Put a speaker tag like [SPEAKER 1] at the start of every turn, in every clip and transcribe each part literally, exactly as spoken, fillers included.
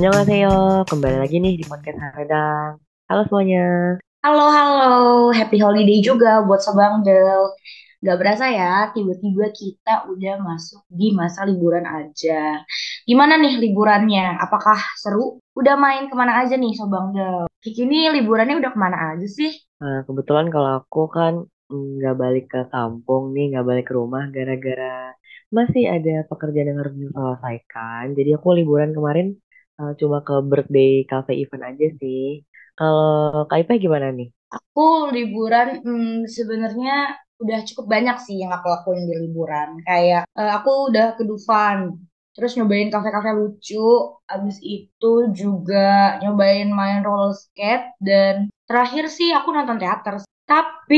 [SPEAKER 1] Annyeonghaseyo, kembali lagi nih di podcast Haredang. Halo semuanya.
[SPEAKER 2] Halo, halo. Happy holiday juga buat Sobangdel. Gak berasa ya, tiba-tiba kita udah masuk di masa liburan aja. Gimana nih liburannya? Apakah seru? Udah main kemana aja nih Sobangdel? Kiki ini liburannya udah kemana aja sih?
[SPEAKER 1] Nah, kebetulan kalau aku kan mm, nggak balik ke kampung nih, nggak balik ke rumah gara-gara masih ada pekerjaan yang harus diselesaikan. Jadi aku liburan kemarin eh, cuma ke birthday cafe event aja sih. Kalau Kak Ipe gimana nih?
[SPEAKER 2] Aku liburan hmm, sebenarnya udah cukup banyak sih yang aku lakuin di liburan. Kayak eh, aku udah ke Dufan, terus nyobain kafe-kafe lucu. Abis itu juga nyobain main roller skate dan terakhir sih aku nonton teater. Tapi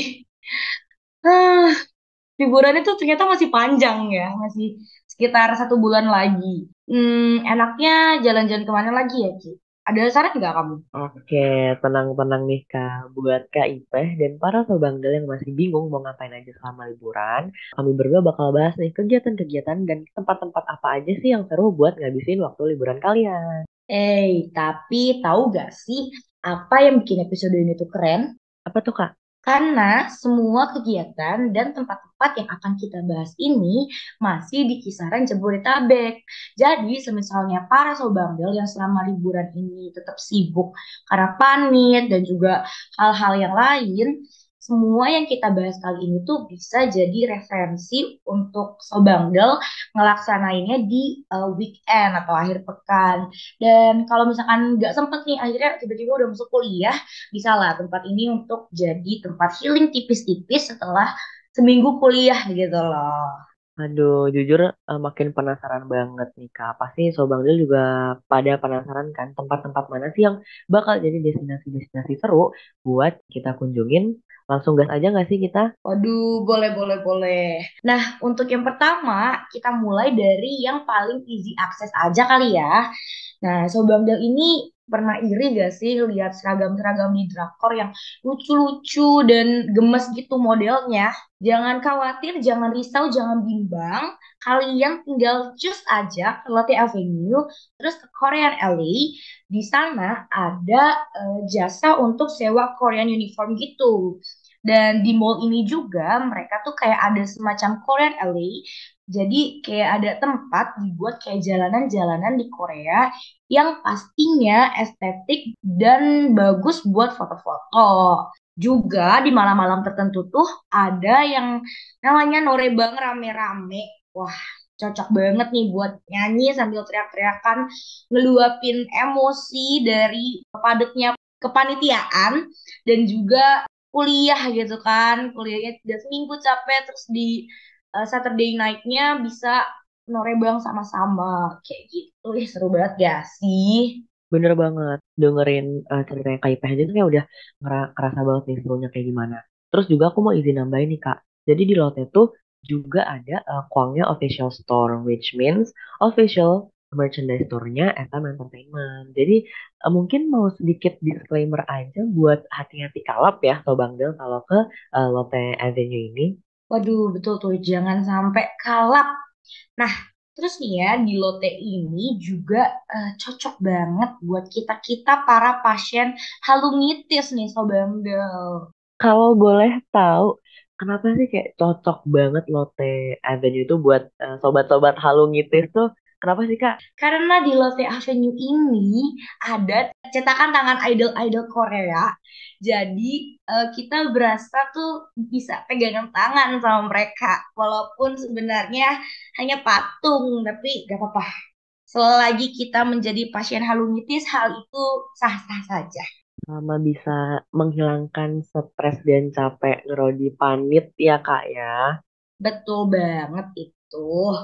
[SPEAKER 2] ah, liburan itu ternyata masih panjang ya, masih sekitar satu bulan lagi. Hmm, enaknya jalan-jalan kemana lagi ya, Ki? Ada saran nggak kamu?
[SPEAKER 1] Oke, tenang-tenang nih Kak. Buat Kak Ipeh dan para sobangdel yang masih bingung mau ngapain aja selama liburan, kami berdua bakal bahas nih kegiatan-kegiatan dan tempat-tempat apa aja sih yang seru buat ngabisin waktu liburan kalian.
[SPEAKER 2] Eh, tapi tahu gak sih apa yang bikin episode ini tuh keren?
[SPEAKER 1] Apa tuh Kak?
[SPEAKER 2] Karena semua kegiatan dan tempat-tempat yang akan kita bahas ini masih di kisaran Jabodetabek. Jadi, semisalnya para sobambel yang selama liburan ini tetap sibuk karena panit dan juga hal-hal yang lain, semua yang kita bahas kali ini tuh bisa jadi referensi untuk sobambel ngelaksanainnya di eh, weekend atau akhir pekan. Dan kalau misalkan nggak sempet nih, akhirnya tiba-tiba udah masuk kuliah, bisa lah tempat ini untuk jadi tempat healing tipis-tipis setelah seminggu kuliah gitu loh.
[SPEAKER 1] Aduh, jujur eh, makin penasaran banget nih Kak. Pasti Sobangdel juga pada penasaran kan tempat-tempat mana sih yang bakal jadi destinasi-destinasi seru buat kita kunjungin. Langsung gas aja nggak sih kita?
[SPEAKER 2] Waduh, boleh, boleh, boleh. Nah, untuk yang pertama, kita mulai dari yang paling easy akses aja kali ya. Nah, Sobamdel ini pernah iri gak sih lihat seragam-seragam di drakor yang lucu-lucu dan gemes gitu modelnya? Jangan khawatir, jangan risau, jangan bimbang. Kalian tinggal cus aja ke Lotte Avenue, terus ke Korean Alley. Di sana ada eh, jasa untuk sewa Korean uniform gitu. Dan di mall ini juga mereka tuh kayak ada semacam Korean Alley. Jadi kayak ada tempat dibuat kayak jalanan-jalanan di Korea yang pastinya estetik dan bagus buat foto-foto. Juga di malam-malam tertentu tuh ada yang namanya norebang rame-rame. Wah, cocok banget nih buat nyanyi sambil teriak-teriakan, ngeluapin emosi dari padatnya kepanitiaan dan juga kuliah gitu kan. Kuliahnya udah seminggu capek terus di eh, Saturday night-nya bisa norebang sama-sama kayak gitu. Ih, seru banget gak sih?
[SPEAKER 1] Bener banget, dengerin eh, ceritanya Kak Ipeh aja tuh kayak udah ngera- kerasa banget nih serunya kayak gimana. Terus juga aku mau izin nambahin nih Kak. Jadi di Lotte tuh juga ada eh, Kwangnya Official Store, which means official merchandise store-nya S M Entertainment. Jadi eh, mungkin mau sedikit disclaimer aja buat hati-hati kalap ya Sobang Del kalau ke eh, Lotte Avenue ini.
[SPEAKER 2] Waduh, betul tuh. Jangan sampai kalap. Nah, terus nih ya, di Lotte ini juga eh, cocok banget buat kita-kita para pasien halungitis nih, Sobat Amdel.
[SPEAKER 1] Kalau boleh tahu, kenapa sih kayak cocok banget Lotte Avenue itu buat eh, sobat-sobat halungitis tuh? Kenapa sih Kak?
[SPEAKER 2] Karena di Lotte Avenue ini ada cetakan tangan idol-idol Korea. Jadi eh, kita berasa tuh bisa pegangan tangan sama mereka. Walaupun sebenarnya hanya patung, tapi gak apa-apa. Selagi kita menjadi pasien halungitis, hal itu sah-sah saja.
[SPEAKER 1] Sama bisa menghilangkan stres dan capek ngerodi panit ya Kak ya.
[SPEAKER 2] Betul banget itu.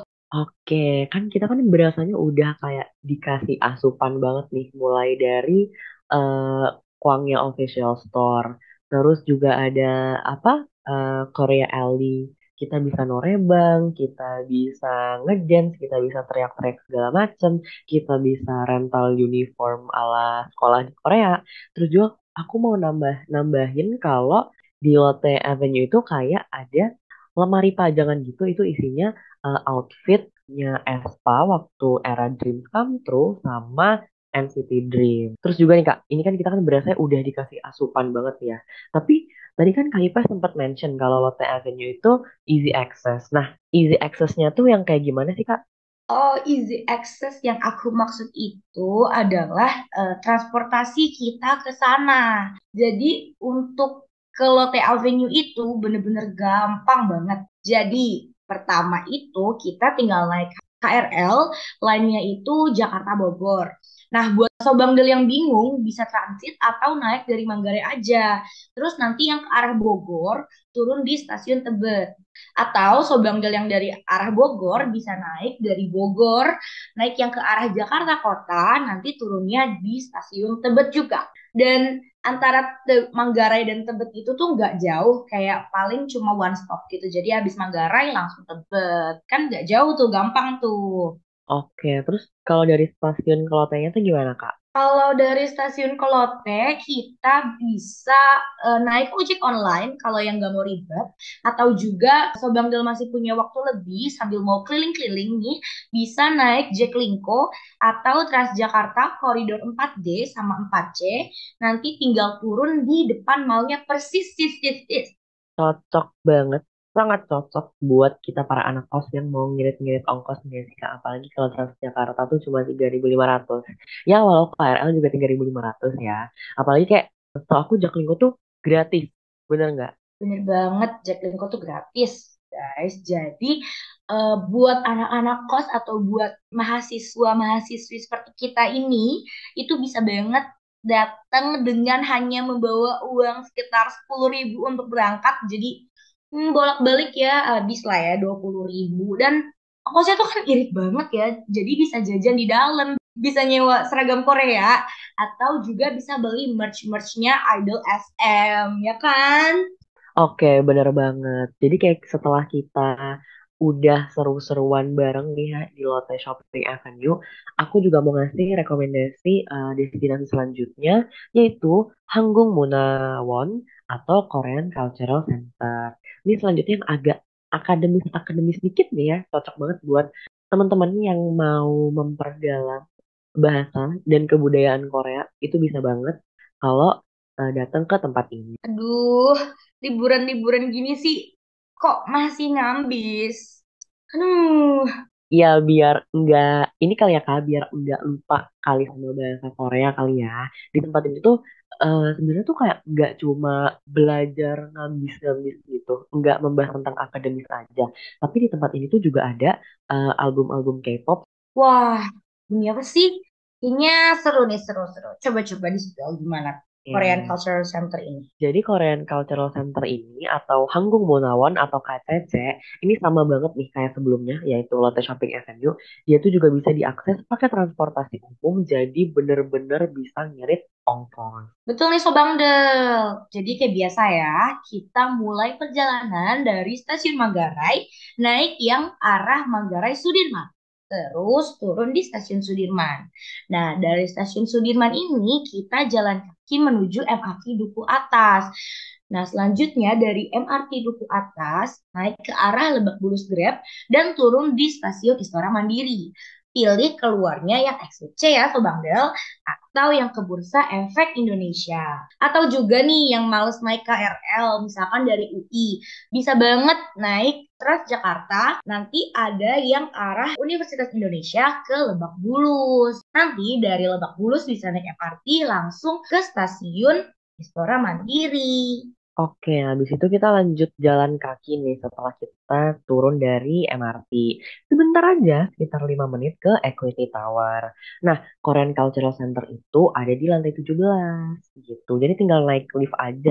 [SPEAKER 1] Oke, kan kita kan berasanya udah kayak dikasih asupan banget nih, mulai dari eh Kwangya Official Store, terus juga ada apa eh, Korea Alley. Kita bisa norebang, kita bisa ngedance, kita bisa teriak-teriak segala macem, kita bisa rental uniform ala sekolah di Korea. Terus juga aku mau nambah nambahin kalau di Lotte Avenue itu kayak ada lemari pajangan gitu, itu isinya eh, outfit nya aespa waktu era Dream Come True sama N C T Dream. Terus juga nih Kak, ini kan kita kan berasa udah dikasih asupan banget ya. Tapi tadi kan Kak Ipa sempat mention kalau Lotte Avenue itu easy access. Nah, easy access-nya tuh yang kayak gimana sih Kak?
[SPEAKER 2] Oh, easy access yang aku maksud itu adalah eh, transportasi kita ke sana. Jadi untuk ke Lotte Avenue itu bener-bener gampang banget. Jadi pertama itu kita tinggal naik K R L, lainnya itu Jakarta Bogor. Nah, buat Sobang Del yang bingung bisa transit atau naik dari Manggarai aja. Terus nanti yang ke arah Bogor turun di stasiun Tebet. Atau Sobangdel yang dari arah Bogor bisa naik dari Bogor, naik yang ke arah Jakarta Kota, nanti turunnya di stasiun Tebet juga. Dan antara Te- Manggarai dan Tebet itu tuh nggak jauh, kayak paling cuma one stop gitu. Jadi habis Manggarai langsung Tebet. Kan nggak jauh tuh, gampang tuh.
[SPEAKER 1] Oke, terus kalau dari stasiun ke Lotenya tuh gimana Kak?
[SPEAKER 2] Kalau dari stasiun Kelote, kita bisa eh, naik ojek online kalau yang nggak mau ribet. Atau juga Sobangdel masih punya waktu lebih sambil mau keliling-keliling nih, bisa naik Jaklingko atau Transjakarta Koridor empat D sama empat C. Nanti tinggal turun di depan mallnya persis, sis, sis, sis.
[SPEAKER 1] Cocok banget, sangat cocok buat kita para anak kos yang mau ngirit-ngirit ongkos nih sih Kak. Apalagi kalau Transjakarta tuh cuma tiga ribu lima ratus. Ya walau K R L juga tiga ribu lima ratus ya. Apalagi kayak setahu aku Jaklingko tuh gratis, bener nggak?
[SPEAKER 2] Bener banget, Jaklingko tuh gratis, guys. Jadi eh, buat anak-anak kos atau buat mahasiswa-mahasiswi seperti kita ini, itu bisa banget datang dengan hanya membawa uang sekitar sepuluh ribu untuk berangkat. Jadi hmm, bolak-balik ya, habis lah ya dua puluh ribu. Dan kosnya tuh kan irit banget ya, jadi bisa jajan di dalam, bisa nyewa seragam Korea, atau juga bisa beli merch-merchnya Idol S M, ya kan?
[SPEAKER 1] Oke, bener banget. Jadi kayak setelah kita udah seru-seruan bareng nih ya di Lotte Shopping Avenue, aku juga mau ngasih rekomendasi eh, destinasi selanjutnya, yaitu Hanggung Munawon atau Korean Cultural Center. Ini selanjutnya yang agak akademis-akademis dikit nih ya, cocok banget buat teman-teman yang mau memperdalam bahasa dan kebudayaan Korea, itu bisa banget kalau eh, datang ke tempat ini.
[SPEAKER 2] Aduh, liburan-liburan gini sih kok masih ngambis. Aduh,
[SPEAKER 1] Ya biar enggak ini kali ya Kak, biar enggak lupa kali sama bahasa Korea kali ya. Di tempat ini tuh eh, sebenarnya tuh kayak enggak cuma belajar ngambis-ngambis gitu, enggak membahas tentang akademis aja. Tapi di tempat ini tuh juga ada eh, album-album K-pop.
[SPEAKER 2] wah, ini apa sih? Kayaknya seru nih, seru-seru. Coba-coba di situ gimana Korean
[SPEAKER 1] Ya.
[SPEAKER 2] Cultural Center ini.
[SPEAKER 1] Jadi Korean Cultural Center ini atau Hanggung Monawon atau K C C ini sama banget nih kayak sebelumnya yaitu Lotte Shopping Avenue. Dia tuh juga bisa diakses pakai transportasi umum jadi bener-bener bisa ngirit ongkos.
[SPEAKER 2] Betul nih Sobangdel. Jadi kayak biasa ya, kita mulai perjalanan dari stasiun Manggarai, naik yang arah Manggarai Sudirman. Terus turun di stasiun Sudirman. Nah, dari stasiun Sudirman ini kita jalan kaki menuju M R T Duku Atas. Nah, selanjutnya dari M R T Duku Atas naik ke arah Lebak Bulus Grab dan turun di stasiun Istora Mandiri. Pilih keluarnya yang X C ya Sobat Bel atau yang ke Bursa Efek Indonesia. Atau juga nih yang males naik K R L misalkan dari U I, bisa banget naik Transjakarta, nanti ada yang arah Universitas Indonesia ke Lebak Bulus. Nanti dari Lebak Bulus bisa naik M R T langsung ke stasiun Istora Mandiri.
[SPEAKER 1] Oke, habis itu kita lanjut jalan kaki nih setelah kita turun dari M R T. Sebentar aja, sekitar lima menit ke Equity Tower. Nah, Korean Cultural Center itu ada di lantai tujuh belas gitu. Jadi tinggal naik lift aja.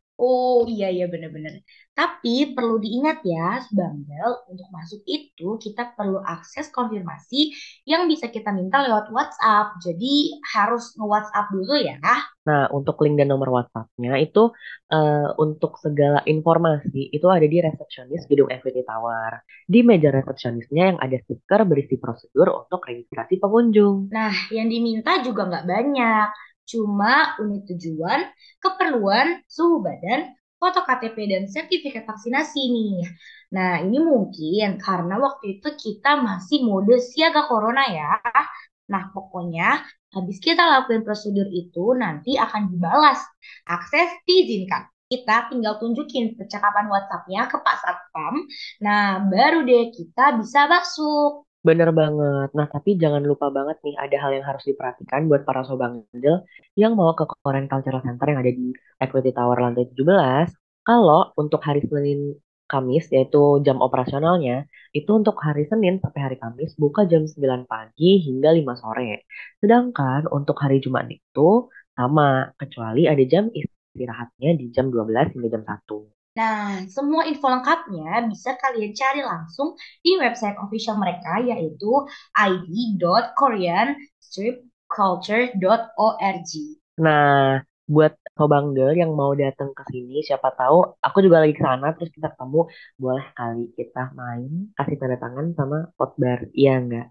[SPEAKER 2] Oh iya iya benar-benar. Tapi perlu diingat ya, Bambel, untuk masuk itu kita perlu akses konfirmasi yang bisa kita minta lewat WhatsApp. Jadi harus nge-WhatsApp dulu ya.
[SPEAKER 1] Nah, untuk link dan nomor WhatsApp-nya itu eh, untuk segala informasi itu ada di resepsionis gedung Equity Tower. Di meja resepsionisnya yang ada stiker berisi prosedur untuk registrasi pengunjung.
[SPEAKER 2] Nah, yang diminta juga nggak banyak. Cuma unit tujuan, keperluan, suhu badan, foto K T P dan sertifikat vaksinasi nih. Nah, ini mungkin karena waktu itu kita masih mode siaga corona ya. Nah, pokoknya habis kita lakuin prosedur itu nanti akan dibalas. Akses diizinkan. Kita tinggal tunjukin percakapan WhatsApp-nya ke Pak Satpam. Nah, baru deh kita bisa masuk.
[SPEAKER 1] Bener banget. Nah, tapi jangan lupa banget nih, ada hal yang harus diperhatikan buat para sobangdel yang mau ke Korean Cultural Center yang ada di Equity Tower lantai tujuh belas. Kalau untuk hari Senin Kamis, yaitu jam operasionalnya, itu untuk hari Senin sampai hari Kamis buka jam sembilan pagi hingga lima sore. Sedangkan untuk hari Jumat itu sama, kecuali ada jam istirahatnya di jam dua belas hingga jam satu.
[SPEAKER 2] Nah, semua info lengkapnya bisa kalian cari langsung di website official mereka yaitu i d dot korean strip culture dot org.
[SPEAKER 1] Nah, buat Sobangdel yang mau datang ke sini, siapa tahu aku juga lagi ke sana, terus kita ketemu, boleh kali kita main, kasih tanda tangan sama Potbar, iya nggak?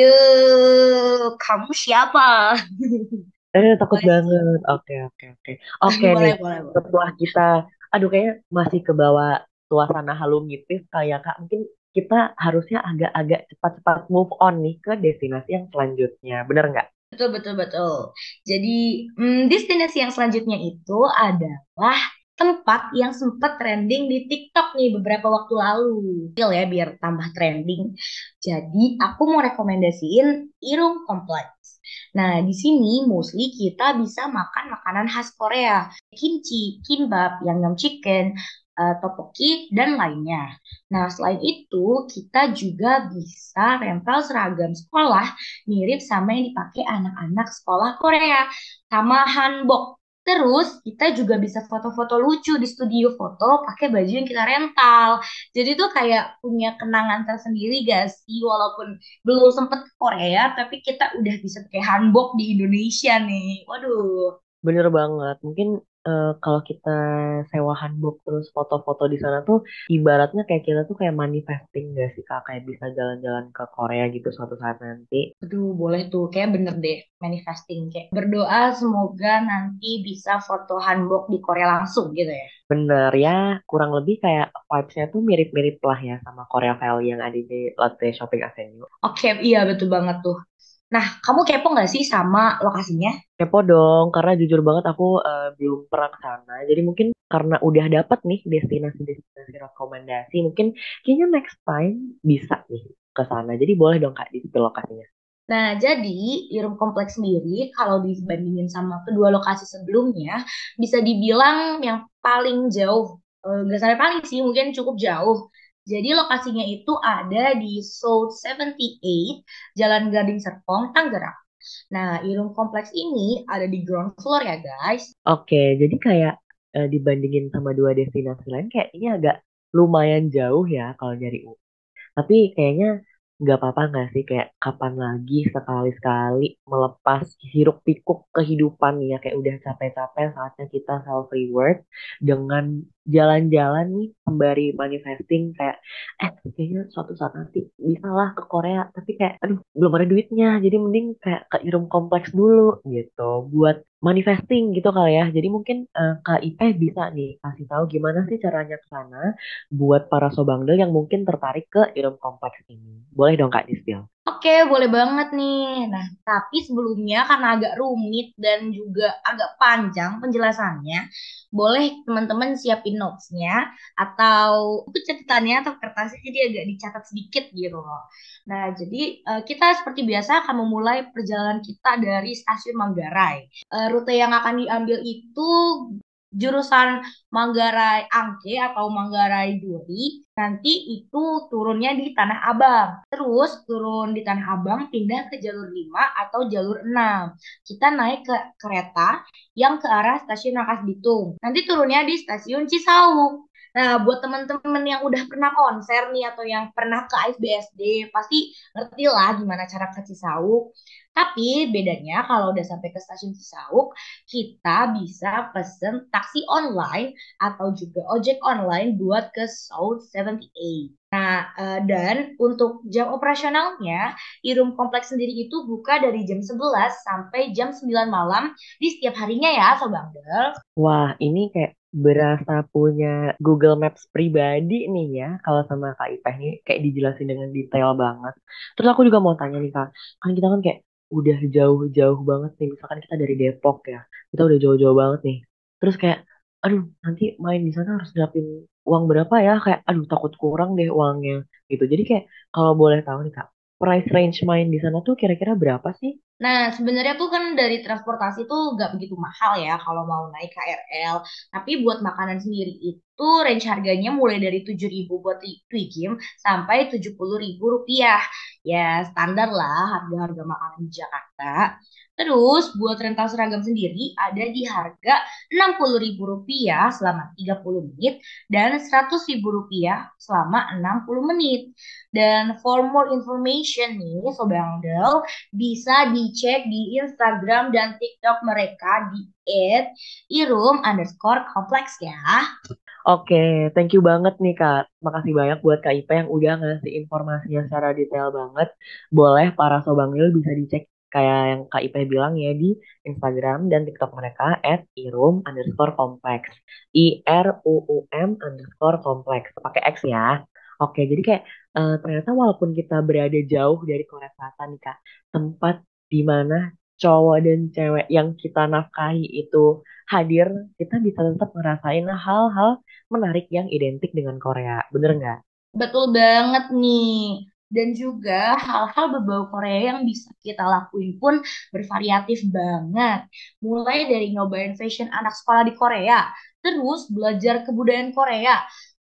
[SPEAKER 2] Yuk, kamu siapa?
[SPEAKER 1] Eh, takut
[SPEAKER 2] Boleh sih.
[SPEAKER 1] banget. Oke, oke, oke. Oke nih,
[SPEAKER 2] Boleh, boleh, boleh.
[SPEAKER 1] setelah kita, aduh kayaknya masih ke bawah suasana halu mistis kayak Kak, mungkin kita harusnya agak-agak cepat-cepat move on nih ke destinasi yang selanjutnya, bener nggak?
[SPEAKER 2] Betul, betul, betul. Jadi, hmm, destinasi yang selanjutnya itu adalah tempat yang sempat trending di TikTok nih beberapa waktu lalu. Feel ya, biar tambah trending. Jadi, aku mau rekomendasiin Irung Kompleks. Nah, di sini mostly kita bisa makan makanan khas Korea. Kimchi, kimbap, Yangnam chicken, eh, tteokbokki, dan lainnya. Nah, selain itu, kita juga bisa rental seragam sekolah mirip sama yang dipakai anak-anak sekolah Korea sama hanbok. Terus kita juga bisa foto-foto lucu di studio foto pakai baju yang kita rental. Jadi tuh kayak punya kenangan tersendiri gak sih walaupun belum sempet ke Korea tapi kita udah bisa pakai hanbok di Indonesia nih. Waduh.
[SPEAKER 1] Bener banget. Mungkin eh, kalau kita sewa hanbok terus foto-foto di sana tuh ibaratnya kayak kita tuh kayak manifesting gak sih Kak? Kayak bisa jalan-jalan ke Korea gitu suatu saat nanti.
[SPEAKER 2] Aduh, boleh tuh. Kayak bener deh manifesting. Kayak berdoa semoga nanti bisa foto hanbok di Korea langsung gitu ya.
[SPEAKER 1] Bener ya, kurang lebih kayak vibes-nya tuh mirip-mirip lah ya sama Korea Valley yang ada di Lotte Shopping Avenue.
[SPEAKER 2] Oke, iya betul banget tuh. Nah, kamu kepo nggak sih sama lokasinya?
[SPEAKER 1] Kepo dong, karena jujur banget aku eh, belum pernah ke sana. Jadi mungkin karena udah dapet nih destinasi-destinasi rekomendasi, mungkin kayaknya next time bisa nih ke sana. Jadi boleh dong Kak di lokasinya.
[SPEAKER 2] Nah, jadi Irum Kompleks sendiri kalau dibandingin sama kedua lokasi sebelumnya, bisa dibilang yang paling jauh. Eh, Nggak sampai paling sih, mungkin cukup jauh. Jadi lokasinya itu ada di South tujuh delapan, Jalan Gading Serpong, Tangerang. Nah, Irum Kompleks ini ada di ground floor ya guys.
[SPEAKER 1] Oke, jadi kayak eh, dibandingin sama dua destinasi lain, kayak ini agak lumayan jauh ya kalau dari U. Tapi kayaknya nggak apa-apa nggak sih kayak kapan lagi sekali-sekali melepas hiruk pikuk kehidupan nih ya kayak udah capek-capek saatnya kita self reward dengan jalan-jalan nih sembari manifesting kayak eh kayaknya suatu saat nanti bisa lah ke Korea tapi kayak aduh belum ada duitnya jadi mending kayak ke Irum Kompleks dulu gitu buat manifesting gitu kali ya jadi mungkin eh, Kak Ipeh bisa nih kasih tahu gimana sih caranya ke sana buat para sobangdel yang mungkin tertarik ke Irum Kompleks ini. Boleh dong Kak di-spill.
[SPEAKER 2] Oke, boleh banget nih. Nah, tapi sebelumnya karena agak rumit dan juga agak panjang penjelasannya, boleh teman-teman siapin notes-nya atau buku catatannya atau kertasnya jadi agak dicatat sedikit gitu loh. Nah, jadi eh, kita seperti biasa akan memulai perjalanan kita dari stasiun Manggarai. Eh, rute yang akan diambil itu jurusan Manggarai Angke atau Manggarai Duri. Nanti itu turunnya di Tanah Abang. Terus turun di Tanah Abang pindah ke jalur lima atau jalur enam. Kita naik ke kereta yang ke arah stasiun Rangkas Bitung. Nanti turunnya di stasiun Cisauk. Nah, buat teman-teman yang udah pernah konser nih atau yang pernah ke A F B S D, pasti ngerti lah gimana cara ke Cisauk. Tapi bedanya kalau udah sampai ke stasiun Cisauk, kita bisa pesen taksi online atau juga ojek online buat ke South tujuh delapan. Nah, eh, dan untuk jam operasionalnya, Irum Kompleks sendiri itu buka dari jam sebelas sampai jam sembilan malam di setiap harinya ya, Sobat Bangdel.
[SPEAKER 1] Wah, ini kayak berasa punya Google Maps pribadi nih ya kalau sama Kak Ipeh nih kayak dijelasin dengan detail banget. Terus aku juga mau tanya nih Kak, kan kita kan kayak udah jauh-jauh banget nih, misalkan kita dari Depok ya, kita udah jauh-jauh banget nih. Terus kayak, aduh nanti main di sana harus dapin uang berapa ya? Kayak, aduh takut kurang deh uangnya gitu. Jadi kayak kalau boleh tahu nih Kak, price range main di sana tuh kira-kira berapa sih?
[SPEAKER 2] Nah, sebenarnya tuh kan dari transportasi tuh gak begitu mahal ya kalau mau naik K R L. Tapi buat makanan sendiri itu range harganya mulai dari tujuh ribu buat Twi- Twigim sampai tujuh puluh ribu rupiah. Ya, standar lah harga-harga makanan di Jakarta. Terus buat rental seragam sendiri ada di harga enam puluh ribu rupiah selama tiga puluh menit dan seratus ribu rupiah selama enam puluh menit. Dan for more information nih, Sobangdel, bisa dicek di Instagram dan TikTok mereka di at irum underscore kompleks ya.
[SPEAKER 1] Oke, thank you banget nih Kak. Makasih banyak buat Kak Ipe yang udah ngasih informasinya secara detail banget. Boleh para Sobangil bisa dicek kayak yang Kak Ipe bilang ya di Instagram dan TikTok mereka at irum underscore kompleks. I R U U M underscore kompleks. Pakai X ya. Oke, jadi kayak eh, ternyata walaupun kita berada jauh dari Korea Selatan nih Kak, tempat di mana cowok dan cewek yang kita nafkahi itu hadir, kita bisa tetap ngerasain hal-hal menarik yang identik dengan Korea. Bener nggak?
[SPEAKER 2] Betul banget nih. Dan juga hal-hal berbau Korea yang bisa kita lakuin pun bervariatif banget. Mulai dari nyobain fashion anak sekolah di Korea, terus belajar kebudayaan Korea,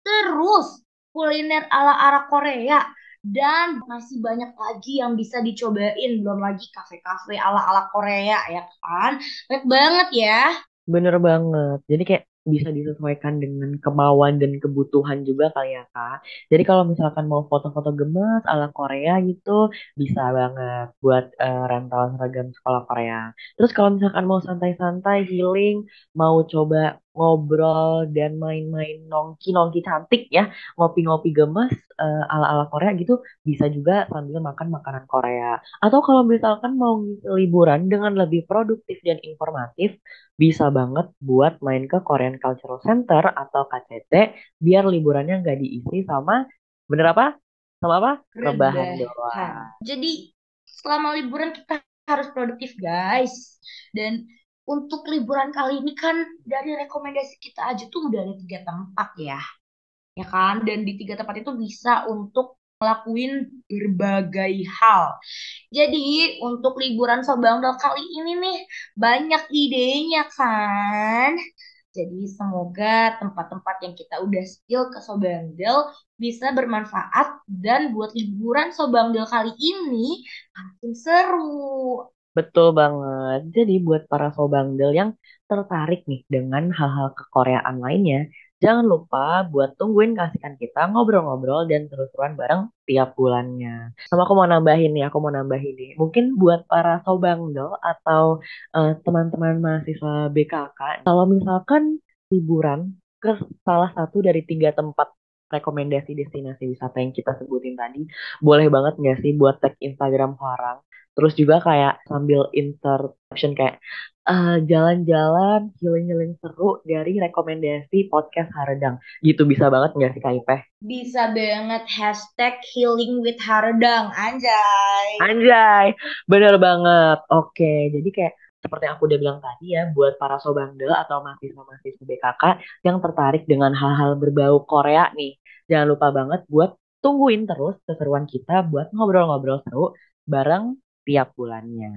[SPEAKER 2] terus kuliner ala-ala Korea, dan masih banyak lagi yang bisa dicobain. Belum lagi kafe-kafe ala-ala Korea, ya kan? Banyak banget ya.
[SPEAKER 1] Bener banget. Jadi kayak bisa disesuaikan dengan kemauan dan kebutuhan juga kali ya Kak. Jadi kalau misalkan mau foto-foto gemes ala Korea gitu, bisa banget buat eh, rental seragam sekolah Korea. Terus kalau misalkan mau santai-santai, healing, mau coba ngobrol dan main-main nongki-nongki cantik ya, ngopi-ngopi gemes eh, ala-ala Korea gitu, bisa juga sambil makan makanan Korea. Atau kalau misalkan mau liburan dengan lebih produktif dan informatif, bisa banget buat main ke Korean Cultural Center atau K C C biar liburannya nggak diisi sama bener apa? Sama apa? Rebahan
[SPEAKER 2] Rebahan.
[SPEAKER 1] doang.
[SPEAKER 2] Jadi selama liburan kita harus produktif guys. Dan untuk liburan kali ini kan dari rekomendasi kita aja tuh udah ada tiga tempat ya, ya kan? Dan di tiga tempat itu bisa untuk ngelakuin berbagai hal. Jadi untuk liburan Sobangdol kali ini nih banyak idenya kan. Jadi semoga tempat-tempat yang kita udah spill ke Sobangdel bisa bermanfaat dan buat liburan Sobangdel kali ini makin seru.
[SPEAKER 1] Betul banget. Jadi buat para sobangdel yang tertarik nih dengan hal-hal kekoreaan lainnya, jangan lupa buat tungguin kasihkan kita ngobrol-ngobrol dan terus-terusan bareng tiap bulannya. Sama aku mau nambahin nih, aku mau nambahin nih. Mungkin buat para sobangdel atau eh, teman-teman mahasiswa B K K, kalau misalkan liburan ke salah satu dari tiga tempat rekomendasi destinasi wisata yang kita sebutin tadi, boleh banget nggak sih buat tag Instagram Horang? Terus juga kayak sambil insert caption kayak eh, jalan-jalan healing-healing seru dari rekomendasi podcast Haredang. Gitu bisa banget nggak sih Kak Ipeh?
[SPEAKER 2] Bisa banget hashtag healing with Haredang, anjay.
[SPEAKER 1] Anjay, bener banget. Oke, jadi kayak seperti yang aku udah bilang tadi ya, buat para sobandel atau mahasiswa-mahasiswa B K K yang tertarik dengan hal-hal berbau Korea nih, jangan lupa banget buat tungguin terus keseruan kita buat ngobrol-ngobrol seru bareng tiap bulannya.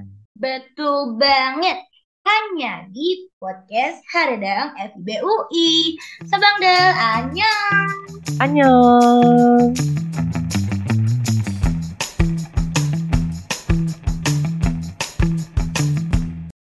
[SPEAKER 2] Betul banget. Hanya di podcast Haredang F I B U I. Sabangdel, annyeong.
[SPEAKER 1] Annyeong!